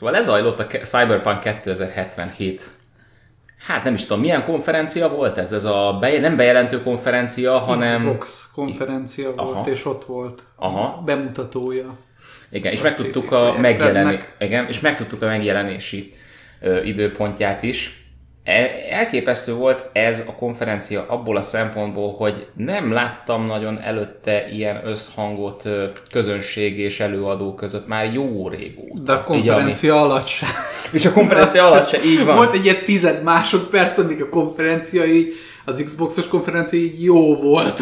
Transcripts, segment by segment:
Szóval lezajlott a Cyberpunk 2077. Hát nem is tudom, milyen konferencia volt ez? Ez a nem bejelentő konferencia, hanem... Xbox konferencia volt, és ott volt a bemutatója. Igen, és megtudtuk a megjelenési időpontját is. Elképesztő volt ez a konferencia abból a szempontból, hogy nem láttam nagyon előtte ilyen összhangot közönség és előadó között már jó régóta. De a konferencia alatt sem. És a konferencia alatt sem, így van. Volt egy ilyen 10 másodperc, amíg a konferencia így, az Xboxos konferencia így jó volt.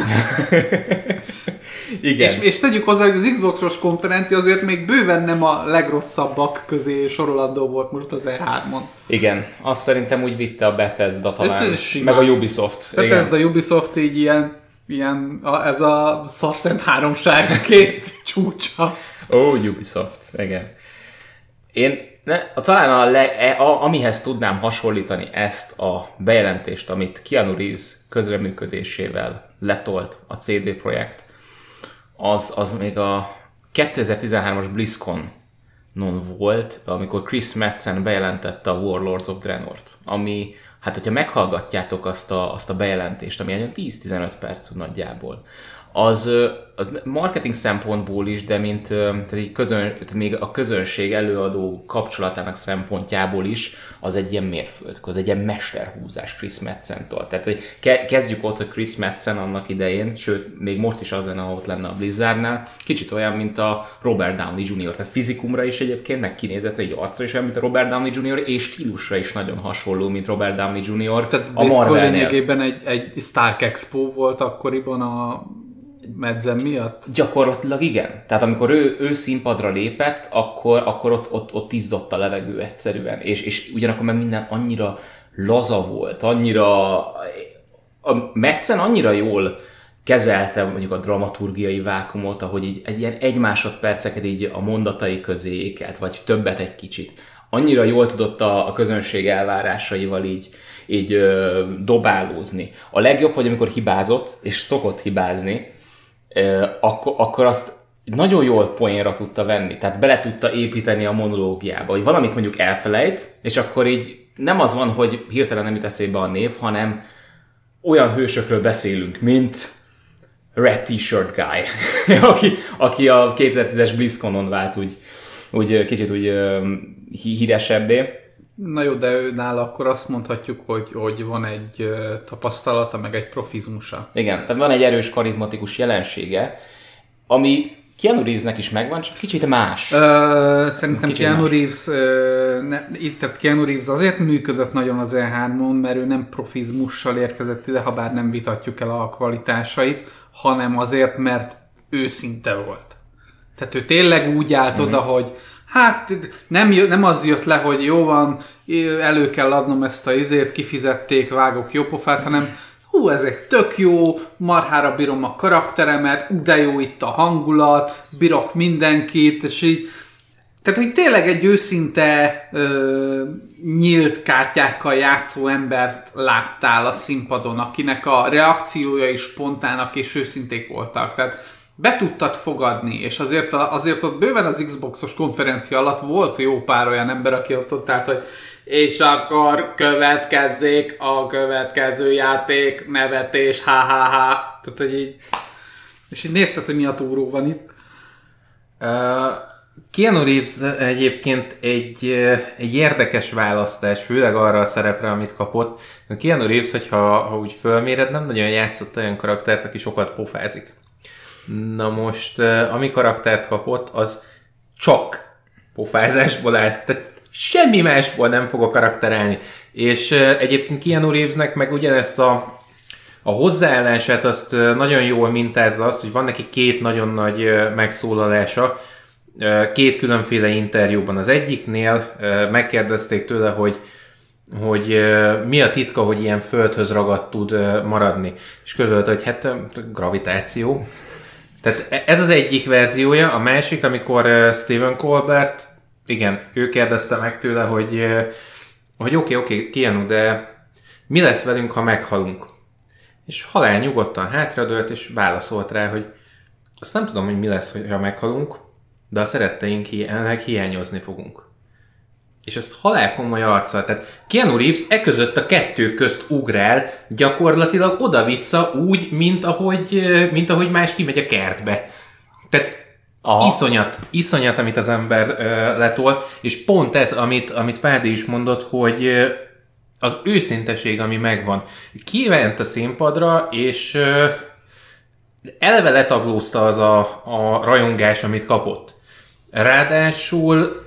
Igen. És tegyük hozzá, hogy az Xboxos konferencia azért még bőven nem a legrosszabbak közé sorolandó volt most az E3-on. Igen, azt szerintem úgy vitte a Bethesda talán, meg a Ubisoft. Bethesda, Ubisoft így ilyen ez a szarszent háromság két csúcsa. Ubisoft, igen. Talán amihez tudnám hasonlítani ezt a bejelentést, amit Keanu Reeves közreműködésével letolt a CD Projekt, az még a 2013-as BlizzCon-non volt, amikor Chris Metzen bejelentette a Warlords of Draenor-t, ami, hát hogyha meghallgatjátok azt a bejelentést, ami egy 10-15 perc nagyjából, az marketing szempontból is, de tehát még a közönség előadó kapcsolatának szempontjából is, az egy ilyen mérföldkő, az egy ilyen mesterhúzás Chris Metzentől. Tehát hogy kezdjük ott, hogy Chris Metzen annak idején, sőt, még most is az lenne, ha ott lenne a Blizzardnál, kicsit olyan, mint a Robert Downey Jr. Tehát fizikumra is egyébként, meg kinézetre, egy arcra is olyan, mint a Robert Downey Jr., és stílusra is nagyon hasonló, mint Robert Downey Jr. Tehát a Marvelnél. Lényegében egy Stark Expo volt akkoriban a Medzen miatt? Gyakorlatilag igen. Tehát amikor ő színpadra lépett, akkor ott izzott a levegő egyszerűen. És ugyanakkor meg minden annyira laza volt, a Metzen annyira jól kezelte mondjuk a dramaturgiai vákumot, ahogy így egy másodperceket így a mondatai közé ékelt, vagy többet egy kicsit. Annyira jól tudott a közönség elvárásaival így dobálózni. A legjobb, hogy amikor hibázott, és szokott hibázni, akkor azt nagyon jól poénra tudta venni, tehát bele tudta építeni a monológiába, hogy valamit mondjuk elfelejt, és akkor így nem az van, hogy hirtelen nem jut eszébe a név, hanem olyan hősökről beszélünk, mint Red T-shirt Guy, aki a 2010-es BlizzConon vált úgy kicsit úgy híresebbé. Na jó, de nála akkor azt mondhatjuk, hogy van egy tapasztalata, meg egy profizmusa. Igen, tehát van egy erős, karizmatikus jelensége, ami Keanu Reevesnek is megvan, csak kicsit más. Szerintem Keanu Reeves, tehát Keanu Reeves azért működött nagyon az E3-on, mert ő nem profizmussal érkezett ide, ha bár nem vitatjuk el a kvalitásait, hanem azért, mert őszinte volt. Tehát ő tényleg úgy állt oda, hogy hát nem az jött le, hogy jó van, elő kell adnom ezt a izét, kifizették, vágok jó pofát, hanem ez egy tök jó, marhára bírom a karakteremet, de jó itt a hangulat, bírok mindenkit, és így, tehát hogy tényleg egy őszinte, nyílt kártyákkal játszó embert láttál a színpadon, akinek a reakciója is spontának és őszinték voltak, tehát be tudtad fogadni, és azért ott bőven az Xboxos konferencia alatt volt jó pár olyan ember, aki ott állt, hogy és akkor következzék a következő játék, nevetés, ha-ha-ha. Tehát, hogy így... És így nézted, hogy mi a túró van itt. Keanu Reeves egyébként egy érdekes választás, főleg arra a szerepre, amit kapott. Keanu Reeves, ha úgy fölméred, nem nagyon játszott olyan karaktert, aki sokat pofázik. Na most, ami karaktert kapott, az csak pofázásból állt. Tehát semmi másból nem fog a karakter állni. És egyébként Keanu Reevesnek meg ugyanezt a hozzáállását azt nagyon jól mintázza azt, hogy van neki két nagyon nagy megszólalása, két különféle interjúban. Az egyiknél megkérdezték tőle, hogy mi a titka, hogy ilyen földhöz ragadt tud maradni. És közölte, hogy hát gravitáció. Tehát ez az egyik verziója, a másik, amikor Stephen Colbert, igen, ő kérdezte meg tőle, hogy oké, Keanu, de mi lesz velünk, ha meghalunk? És halál nyugodtan hátradőlt, és válaszolt rá, hogy azt nem tudom, hogy mi lesz, ha meghalunk, de a szeretteinknek hiányozni fogunk. és ezt halálkomoly arccal. Tehát Keanu Reeves között a kettő közt ugrál gyakorlatilag oda-vissza úgy, mint ahogy más kimegy a kertbe. Tehát iszonyat, amit az ember letol, és pont ez, amit Pádi is mondott, hogy az őszinteség, ami megvan. Kiment a színpadra, és eleve letaglózta az a rajongás, amit kapott. Ráadásul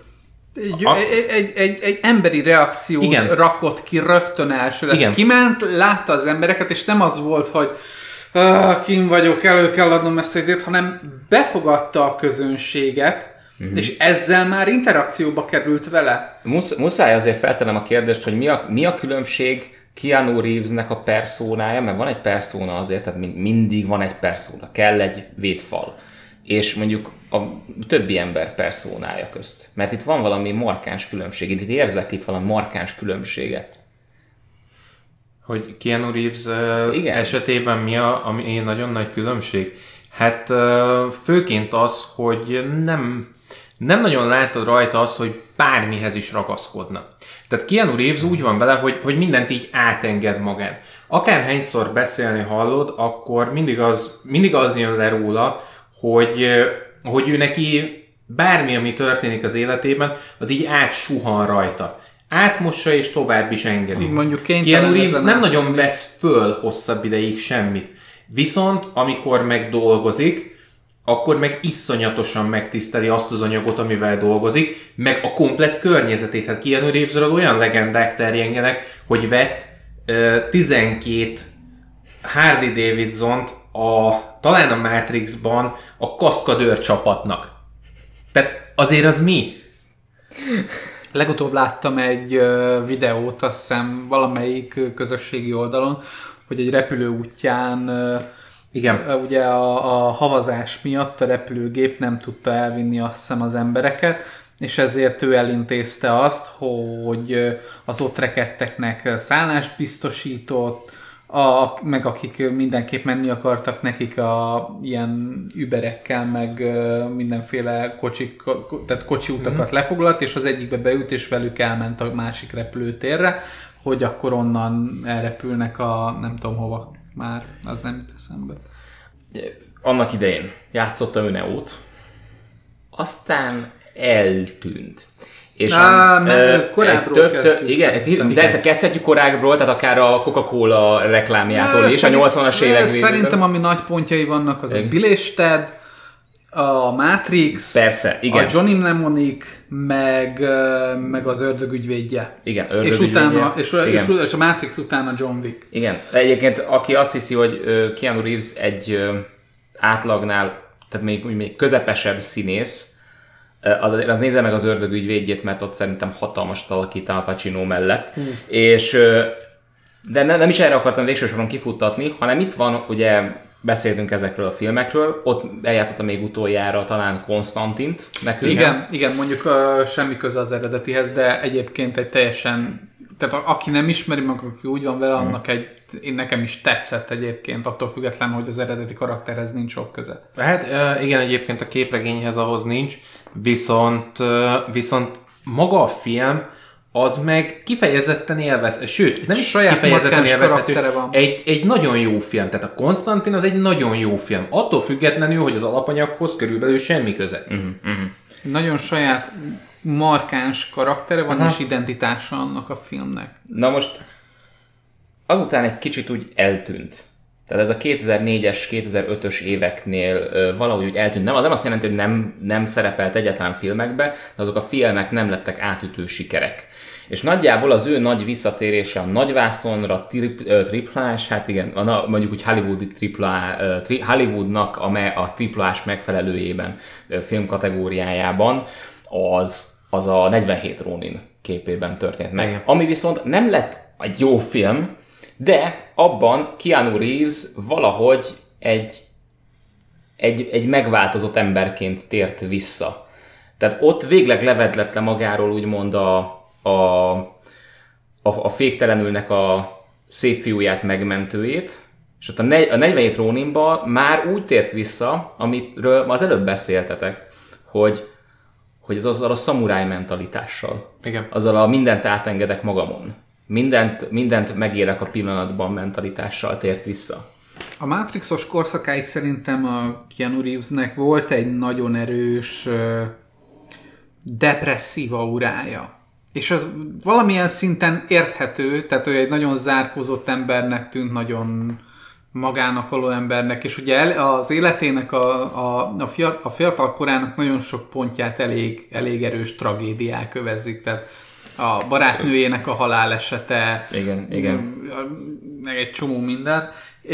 egy emberi reakciót igen. rakott ki rögtön elsőre. Kiment, látta az embereket, és nem az volt, hogy kim vagyok, elő kell adnom ezt azért, hanem befogadta a közönséget, és ezzel már interakcióba került vele. Muszáj azért feltennem a kérdést, hogy mi a különbség Keanu Reevesnek a perszónája, mert van egy perszóna azért, tehát mindig van egy perszóna, kell egy védfal. És mondjuk a többi ember perszónája közt. Mert itt van valami markáns különbség. Itt érzek itt valami markáns különbséget. Hogy Keanu Reeves esetében ami nagyon nagy különbség? Hát főként az, hogy nem nagyon látod rajta azt, hogy bármihez is ragaszkodna. Tehát Keanu Reeves úgy van vele, hogy mindent így átenged magán. Akárhányszor beszélni hallod, akkor mindig az jön le róla, hogy ő neki bármi, ami történik az életében, az így átsuhan rajta. Átmossa és tovább is engedi. Mondjuk Keanu Reeves nem nagyon vesz föl hosszabb ideig semmit. Viszont amikor meg dolgozik, akkor meg iszonyatosan megtiszteli azt az anyagot, amivel dolgozik, meg a komplett környezetét. Hát Keanu Reevesről olyan legendák terjengenek, hogy vett 12 Harley Davidsont talán a Matrixban a kaszkadőr csapatnak. Tehát azért az mi? Legutóbb láttam egy videót, azt hiszem valamelyik közösségi oldalon, hogy egy repülő útján igen. Ugye a havazás miatt a repülőgép nem tudta elvinni azt hiszem az embereket, és ezért ő elintézte azt, hogy az ott rekedteknek szállást biztosított, meg akik mindenképp menni akartak nekik ilyen überekkel, meg mindenféle kocsi utakat lefoglalt, és az egyikbe beült, és velük elment a másik repülőtérre, hogy akkor onnan elrepülnek nem tudom hova már, az nem jut eszembe. Annak idején játszottam Öneót, aztán eltűnt. És korábbról kezdtük. Igen, de kezdhetjük korábbról, tehát akár a Coca-Cola reklámjától is, a 80-as évek végén. Szerintem ami nagy pontjai vannak, az a Bill és Ted, a Matrix, persze, igen. A Johnny Mnemonic, meg az Ördög ügyvédje. Igen, és utána, és a Matrix után a John Wick. Igen, egyébként aki azt hiszi, hogy Keanu Reeves egy átlagnál, tehát még közepesebb színész, az nézze meg az Ördög ügyvédjét, mert ott szerintem hatalmas alakít Al Pacino mellett. És, de nem is erre akartam végső soron kifuttatni, hanem itt van, ugye beszéltünk ezekről a filmekről, ott eljátszotta még utoljára talán Konstantint nekünk. Igen, mondjuk semmi köze az eredetihez, de egyébként egy teljesen, tehát aki nem ismeri meg, aki úgy van vele, annak nekem is tetszett egyébként, attól függetlenül, hogy az eredeti karakterhez nincs sok köze. Hát igen, egyébként a képregényhez ahhoz nincs, viszont maga a film az meg kifejezetten élvezhető, sőt, nem is kifejezetten élvezhető, egy nagyon jó film, tehát a Konstantin az egy nagyon jó film, attól függetlenül, hogy az alapanyaghoz körülbelül semmi köze. Nagyon saját markáns karaktere van, és identitása annak a filmnek. Na most azután egy kicsit úgy eltűnt. Tehát ez a 2004-es, 2005-ös éveknél valahogy úgy eltűnt. Nem azt jelenti, hogy nem szerepelt egyáltalán filmekbe, de azok a filmek nem lettek átütő sikerek. És nagyjából az ő nagy visszatérése a nagyvászonra, triplás, hát igen, mondjuk úgy Hollywoodnak a triplás megfelelőjében film kategóriájában, az a 47 Ronin képében történt meg. Igen. Ami viszont nem lett egy jó film, de abban Keanu Reeves valahogy egy megváltozott emberként tért vissza. Tehát ott végleg levedlett le magáról úgymond a féktelenülnek a szép fiúját megmentőjét, és ott a 47 Roninba már úgy tért vissza, amiről az előbb beszéltetek, hogy hogy azzal a szamuráj mentalitással. Igen. Azzal a mindent átengedek magamon. Mindent megérek a pillanatban mentalitással tért vissza. A Matrixos korszakáig szerintem a Keanu Reevesnek volt egy nagyon erős depresszív aurája. És ez valamilyen szinten érthető, tehát ő egy nagyon zárkózott embernek tűnt, nagyon magának való embernek, és ugye az életének a fiatal korának nagyon sok pontját elég erős tragédiák övezik, tehát a barátnőjének a halálesete, Igen. meg egy csomó minden,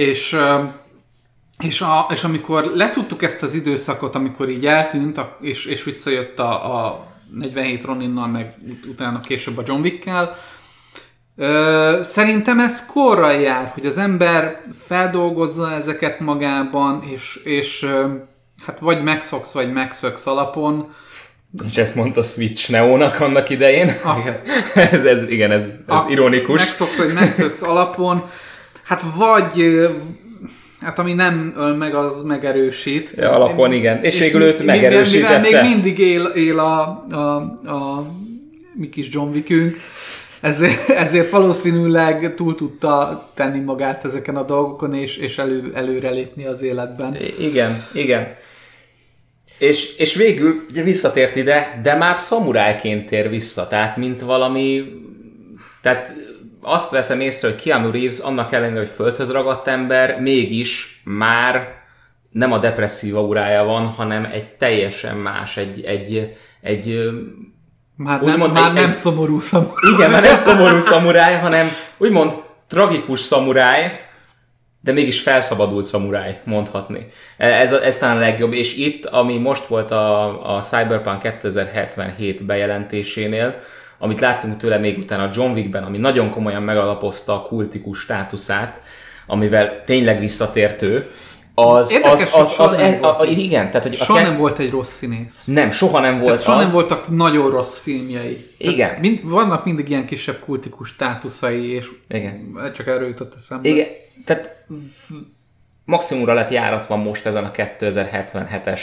és amikor letudtuk ezt az időszakot, amikor így eltűnt, és visszajött a 47 Roninnal, meg utána később a John Wickkel, szerintem ez korral jár, hogy az ember feldolgozza ezeket magában, és hát vagy megszoksz, vagy megszöksz alapon. És ezt mondta Switch Neónak annak idején. Ez ironikus. Megszoksz, vagy megszöksz alapon. Hát vagy... Hát ami nem öl meg, az megerősít. Ja, alapon igen. És végül őt megerősítette. Mivel még mindig él a mi kis John Wickünk, ezért valószínűleg túl tudta tenni magát ezeken a dolgokon, és előrelépni az életben. Igen. És végül ugye visszatért ide, de már szamurájként tér vissza, tehát mint valami... Tehát azt veszem észre, hogy Keanu Reeves annak ellenére, hogy földhöz ragadt ember, mégis már nem a depresszív aurája van, hanem egy teljesen más, nem szomorú szamuráj. Igen, már nem szomorú szamuráj, hanem úgymond tragikus szamuráj, de mégis felszabadult szamuráj, mondhatni. Ez talán a legjobb, és itt, ami most volt a Cyberpunk 2077 bejelentésénél, amit láttunk tőle még utána a John Wickben, ami nagyon komolyan megalapozta a kultikus státuszát, amivel tényleg visszatértő, igen, tehát hogy soha nem volt egy rossz színész. Nem, soha nem volt. Soha nem voltak nagyon rossz filmjei. Igen. Vannak mindig ilyen kisebb kultikus státuszai, és igen. Csak erről jutott eszembe. Igen, tehát maximumra lett járatva most ezen a 2077-es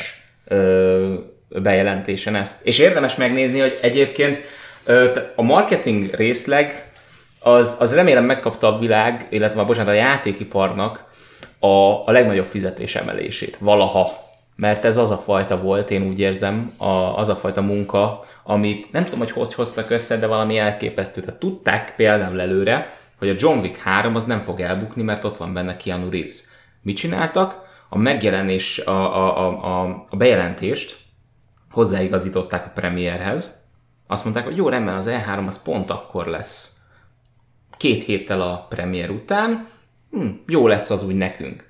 bejelentésen ezt. És érdemes megnézni, hogy egyébként a marketing részleg az remélem megkapta a világ, illetve a játékiparnak a legnagyobb fizetésemelését valaha. Mert ez az a fajta volt, én úgy érzem, az a fajta munka, amit nem tudom, hogy hoztak össze, de valami elképesztő. Tehát tudták például előre, hogy a John Wick 3 az nem fog elbukni, mert ott van benne Keanu Reeves. Mit csináltak? A megjelenés, a bejelentést hozzáigazították a premierhez. Azt mondták, hogy jó, rendben, az E3 az pont akkor lesz. 2 héttel a premier után, jó lesz az úgy nekünk.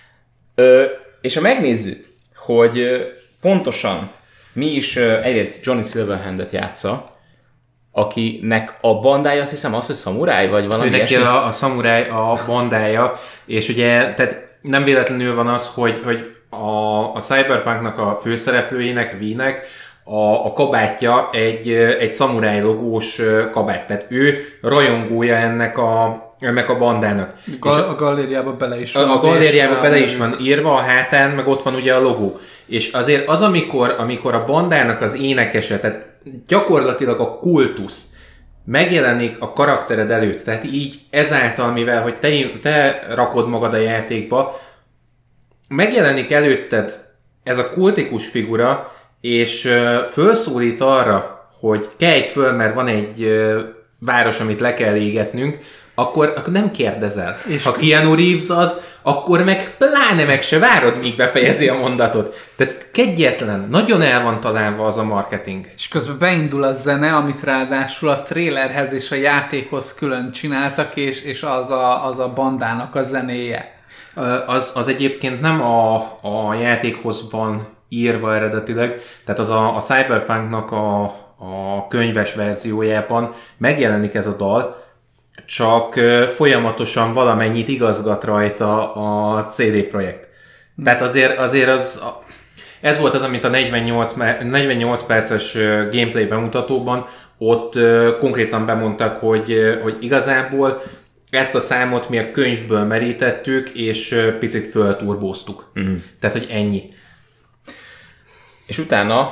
És ha megnézzük, hogy pontosan mi is egyrészt Johnny Silverhandet játsza, akinek a bandája, azt hiszem az, hogy szamuráj, vagy valami ilyesmi. Neki a szamuráj a bandája, és ugye tehát nem véletlenül van az, hogy a Cyberpunknak a főszereplőjének, V-nek a kabátja egy szamuráj logós kabát, tehát ő rajongója ennek a bandának. A galériába bele is van. A galériába bele is van írva, a hátán, meg ott van ugye a logó. És azért az, amikor a bandának az énekese, tehát gyakorlatilag a kultusz megjelenik a karaktered előtt, tehát így ezáltal, mivel hogy te rakod magad a játékba, megjelenik előtted ez a kultikus figura, és fölszólít arra, hogy kelj föl, mert van egy város, amit le kell égetnünk, akkor nem kérdezel. És ha Keanu Reeves az, akkor meg pláne meg se várod, míg befejezi a mondatot. Tehát kegyetlen, nagyon el van találva az a marketing. És közben beindul a zene, amit ráadásul a trailerhez és a játékhoz külön csináltak, és az a bandának a zenéje. Az egyébként nem a játékhoz van írva eredetileg, tehát az a Cyberpunknak a könyves verziójában megjelenik ez a dal, csak folyamatosan valamennyit igazgat rajta a CD Projekt. Tehát azért ez volt az, amit a 48 perces gameplay bemutatóban ott konkrétan bemondtak, hogy igazából ezt a számot mi a könyvből merítettük, és picit fölturbóztuk. Tehát, hogy ennyi. És utána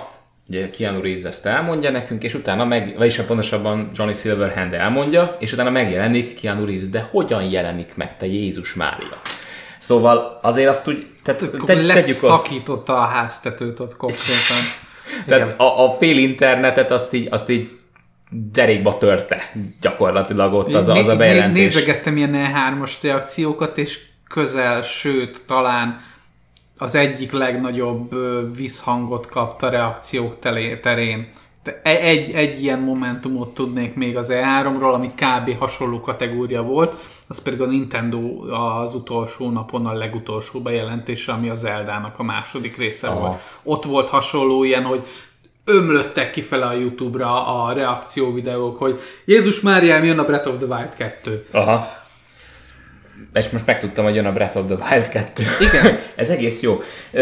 ugye Keanu Reeves ezt elmondja nekünk, és utána vagyis pontosabban Johnny Silverhand elmondja, és utána megjelenik Keanu Reeves, de hogyan jelenik meg, te Jézus Mária? Szóval azért azt úgy... Leszakította a háztetőt ott konkrétan. Tehát a fél internetet azt így derékba törte gyakorlatilag ott az a bejelentés. Nézegettem ilyen E3-as reakciókat, és közel, sőt, talán az egyik legnagyobb visszhangot kapta reakciók terén. Egy ilyen momentumot tudnék még az E3-ról, ami kb. Hasonló kategória volt, az pedig a Nintendo az utolsó napon a legutolsó bejelentése, ami a Zeldának a második része volt. Ott volt hasonló ilyen, hogy ömlöttek kifele a YouTube-ra a reakció videók, hogy Jézus Máriám, jön a Breath of the Wild 2. Aha. És most megtudtam, hogy jön a Breath of the Wild 2. Igen. Ez egész jó.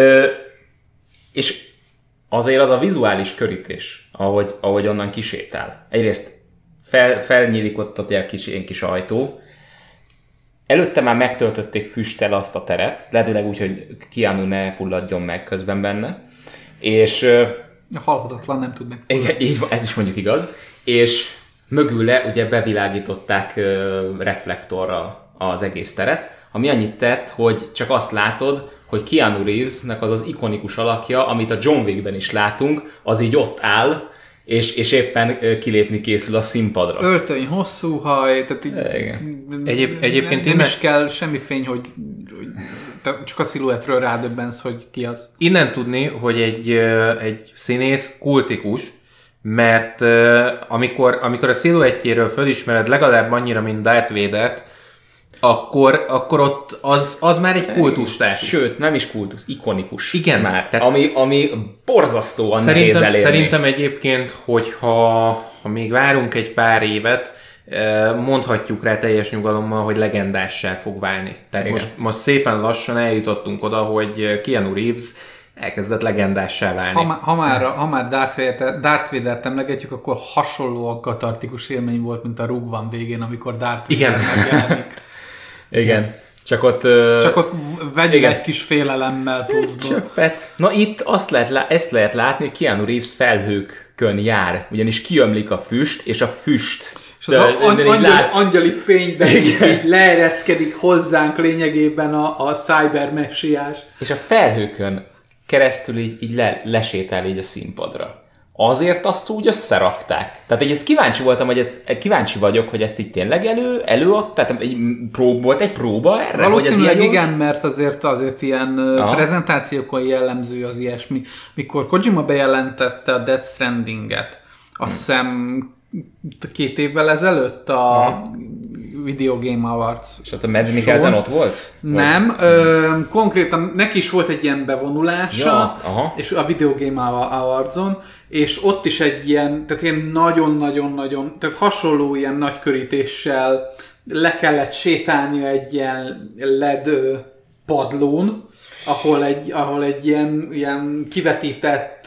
És azért az a vizuális körítés, ahogy onnan kisétál. Egyrészt felnyílik ott a ilyen kis ajtó. Előtte már megtöltötték füsttel azt a teret, lehetőleg úgy, hogy Keanu ne fulladjon meg közben benne. És... halhatatlan, nem tud megfogni. Igen, így van, ez is mondjuk igaz. És mögüle ugye bevilágították reflektorral az egész teret, ami annyit tett, hogy csak azt látod, hogy Keanu Reevesnek az az ikonikus alakja, amit a John Wickben is látunk, az így ott áll, és éppen kilépni készül a színpadra. Öltöny, hosszú haj, tehát így Egyébként nem is kell semmi fény, hogy csak a sziluettről rádöbbensz, hogy ki az. Innen tudni, hogy egy színész kultikus, mert amikor a sziluettjéről fölismered legalább annyira, mint Darth Vadert, akkor ott az már egy kultusz státusz. Sőt, nem is kultusz, ikonikus. Igen, már. Tehát ami borzasztóan nehéz elérni. Szerintem egyébként, hogyha még várunk egy pár évet, mondhatjuk rá teljes nyugalommal, hogy legendássá fog válni. Tehát most szépen lassan eljutottunk oda, hogy Keanu Reeves elkezdett legendássá válni. Ha már Darth Vadert emlegetjük, akkor hasonlóan katartikus élmény volt, mint a Rogue One végén, amikor Darth Vader megjelenik. Igen. Csak ott vegyél egy kis félelemmel pluszból. Na itt ezt lehet látni, hogy Keanu Reeves felhőkön jár, ugyanis kiömlik a füst, és a füst és az angyali fényben így leereszkedik hozzánk lényegében a cyber messiás. És a felhőkön keresztül így lesétál így a színpadra. Azért azt úgy összerakták. Tehát ezt kíváncsi vagyok, hogy ezt így tényleg előadt, tehát volt egy próba erre? Valószínűleg hogy igen, mert azért ilyen prezentációkon jellemző az ilyesmi. Mikor Kojima bejelentette a Death Stranding-et, azt hiszem 2 évvel ezelőtt a Video Game Awards. És ott a Mads Mikkelsen ott volt? Nem, konkrétan neki is volt egy ilyen bevonulása, és a Video Game Awards-on, és ott is egy ilyen, tehát ilyen nagyon-nagyon-nagyon, tehát hasonló ilyen nagy körítéssel le kellett sétálnia egy ilyen LED padlón, ahol egy ilyen kivetített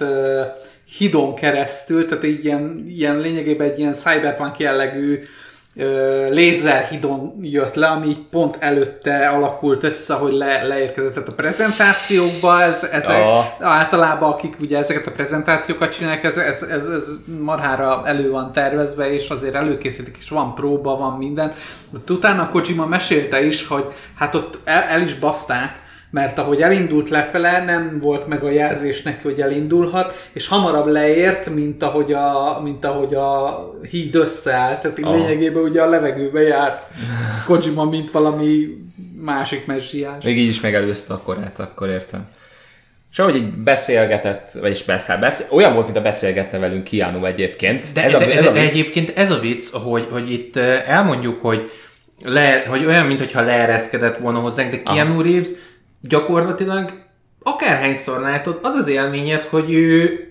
hidon keresztül, tehát egy ilyen lényegében egy ilyen cyberpunk jellegű lézerhidon jött le, ami így pont előtte alakult össze, hogy leérkezett. Tehát a prezentációkban általában akik ugye ezeket a prezentációkat csinálják, ez marhára elő van tervezve, és azért előkészítik, és van próba, van minden. De utána Kojima mesélte is, hogy hát ott el is baszták, mert ahogy elindult lefele, nem volt meg a jelzés neki, hogy elindulhat, és hamarabb leért, mint ahogy a híd összeállt. Tehát lényegében ugye a levegőbe járt Kojima, mint valami másik messiás. Még így is megelőzte a korát, akkor értem. És ahogy így beszélgetett, vagyis olyan volt, mint a beszélgetne velünk Keanu egyébként. De egyébként ez a vicc, hogy itt elmondjuk, hogy olyan, mintha leereszkedett volna hozzánk, de Keanu Reeves gyakorlatilag akárhányszor látod, az élményed, hogy ő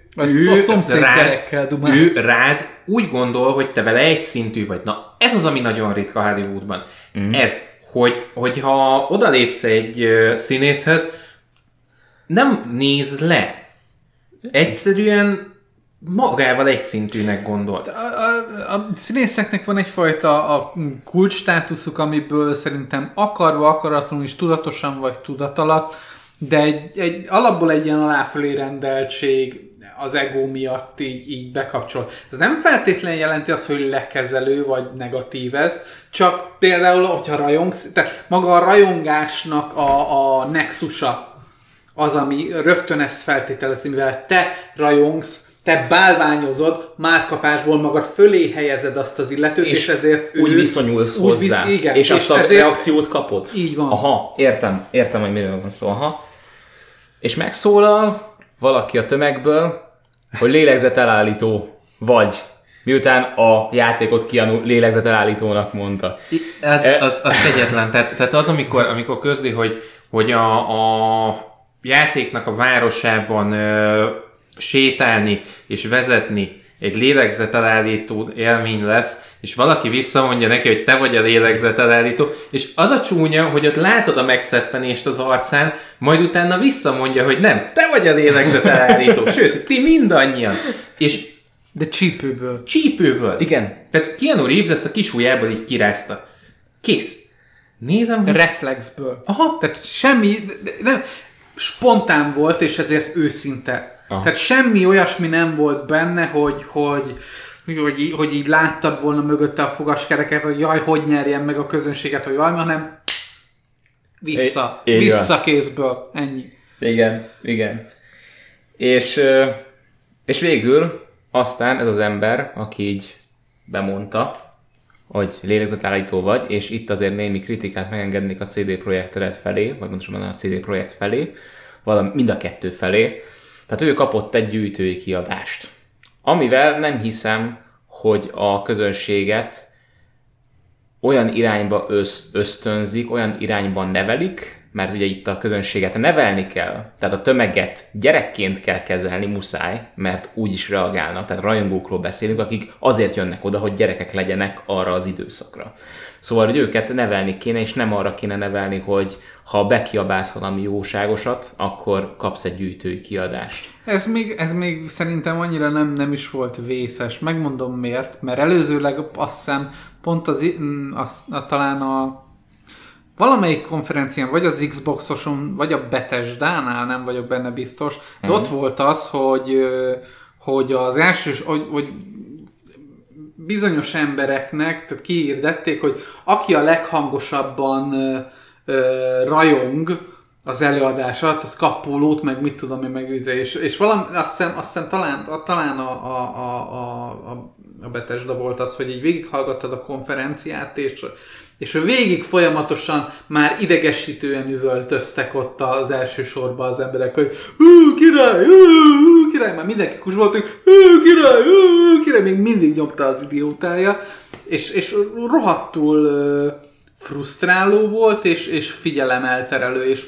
rád úgy gondol, hogy te vele egy szintű vagy. Na, ez az, ami nagyon ritka Hollywoodban. Ez, hogyha odalépsz egy színészhez, nem néz le. Egyszerűen magával egyszintűnek gondolt. A színészeknek van egyfajta a kulcsstátuszuk, amiből szerintem akarva, akaratlanul is tudatosan vagy tudat alatt, de alapból egy ilyen aláfölé rendeltség, az ego miatt így bekapcsol. Ez nem feltétlenül jelenti azt, hogy lekezelő vagy negatív ez, csak például, hogyha rajongsz, tehát maga a rajongásnak a nexusa az, ami rögtön ezt feltételezi, mivel te rajongsz, te bálványozod, márkapásból magad fölé helyezed azt az illetőt, és ezért úgy viszonyulsz hozzá, igen, és azt a reakciót kapod. Így van. Aha, értem, hogy miről van szó. Aha. És megszólal valaki a tömegből, hogy lélegzetelállító vagy, miután a játékot Keanu lélegzetelállítónak mondta. Az kegyetlen. Tehát az, amikor közli, hogy a játéknak a városában sétálni és vezetni egy lélegzetelállító élmény lesz, és valaki visszamondja neki, hogy te vagy a lélegzetelállító, és az a csúnya, hogy ott látod a megszeppenést az arcán, majd utána visszamondja, hogy nem, te vagy a lélegzetelállító, sőt, ti mindannyian. De csípőből. Csípőből. Igen. Tehát Keanu Reeves ezt a kis ujjából így kirázta. Kész. Nézem, hogy... Reflexből. Aha. Tehát semmi... Nem, spontán volt, és ezért őszinte. Aha. Tehát semmi olyasmi nem volt benne, hogy így láttad volna mögötte a fogaskereket, hogy jaj, hogy nyerjen meg a közönséget, vagy valami, hanem vissza kézből. Ennyi. Igen. És végül aztán ez az ember, aki így bemondta, hogy lélegzetállító vagy, és itt azért némi kritikát megengednék a CD Projekt Red felé, vagy pontosabban a CD Projekt felé, mind a kettő felé. Tehát ő kapott egy gyűjtői kiadást, amivel nem hiszem, hogy a közönséget olyan irányba ösztönzik, olyan irányban nevelik, mert ugye itt a közönséget nevelni kell, tehát a tömeget gyerekként kell kezelni, muszáj, mert úgy is reagálnak, tehát rajongókról beszélünk, akik azért jönnek oda, hogy gyerekek legyenek arra az időszakra. Szóval, hogy őket nevelni kéne, és nem arra kéne nevelni, hogy ha bekiabálsz valami jóságosat, akkor kapsz egy gyűjtői kiadást. Ez még szerintem annyira nem is volt vészes. Megmondom miért, mert előzőleg azt hiszem pont talán valamelyik konferencián, vagy az Xboxoson, vagy a Bethesda-nál, nem vagyok benne biztos, de ott volt az, hogy az első, hogy bizonyos embereknek, tehát kihirdették, hogy aki a leghangosabban rajong az előadás alatt, az kap pólót, meg mit tudom én, meg és valami, azt hiszem talán a Bethesda volt az, hogy így végighallgattad a konferenciát, és végig folyamatosan már idegesítően üvöltöztek ott az első sorban az emberek, hogy király, már mindenki kusbolt, hogy király, még mindig nyomta az idiótája, és rohadtul frusztráló volt, és figyelemelterelő, és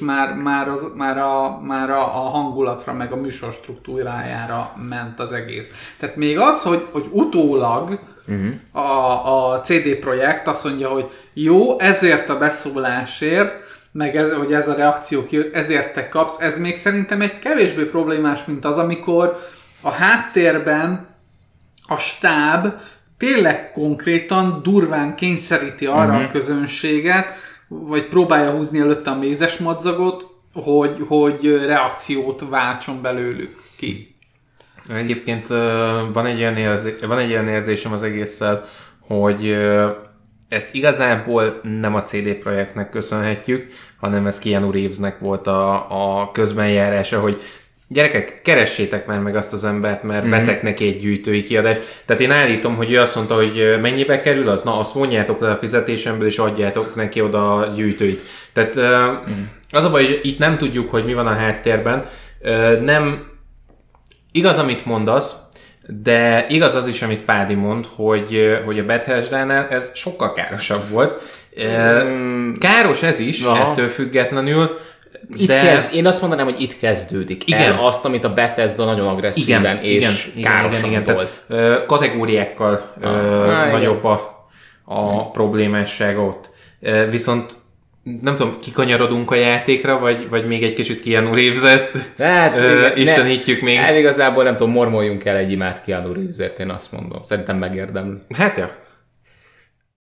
már a hangulatra, meg a műsor struktúrájára ment az egész. Tehát még az, hogy utólag a CD Projekt azt mondja, hogy jó, ezért a beszólásért, meg hogy ez a reakció kijött, ezért te kapsz, ez még szerintem egy kevésbé problémás, mint az, amikor a háttérben a stáb tényleg konkrétan durván kényszeríti arra a közönséget, vagy próbálja húzni előtte a mézes madzagot, hogy reakciót váltson belőlük ki. Egyébként van egy olyan érzésem az egésszel, hogy ezt igazából nem a CD Projektnek köszönhetjük, hanem ez Keanu Reevesnek volt a közbenjárása, hogy gyerekek, keressétek már meg azt az embert, mert veszek neki egy gyűjtői kiadást. Tehát én állítom, hogy ő azt mondta, hogy mennyibe kerül az? Na, azt vonjátok le a fizetésemből, és adjátok neki oda a gyűjtőit. Tehát az a baj, hogy itt nem tudjuk, hogy mi van a háttérben. Nem igaz, amit mondasz, de igaz az is, amit Pádi mond, hogy a Bethesda-nál ez sokkal károsabb volt. Káros ez is, ettől függetlenül. Én azt mondanám, hogy itt kezdődik el azt, amit a Bethesda nagyon agresszíven és károsan volt. Kategóriákkal nagyobb a problémássága ott. Viszont nem tudom, kikanyarodunk a játékra, vagy még egy kicsit Keanu Reeves-et istenítjük még. Igazából nem tudom, mormoljunk el egy imát Keanu Reeves-ért, én azt mondom. Szerintem megérdemli. Hát ja.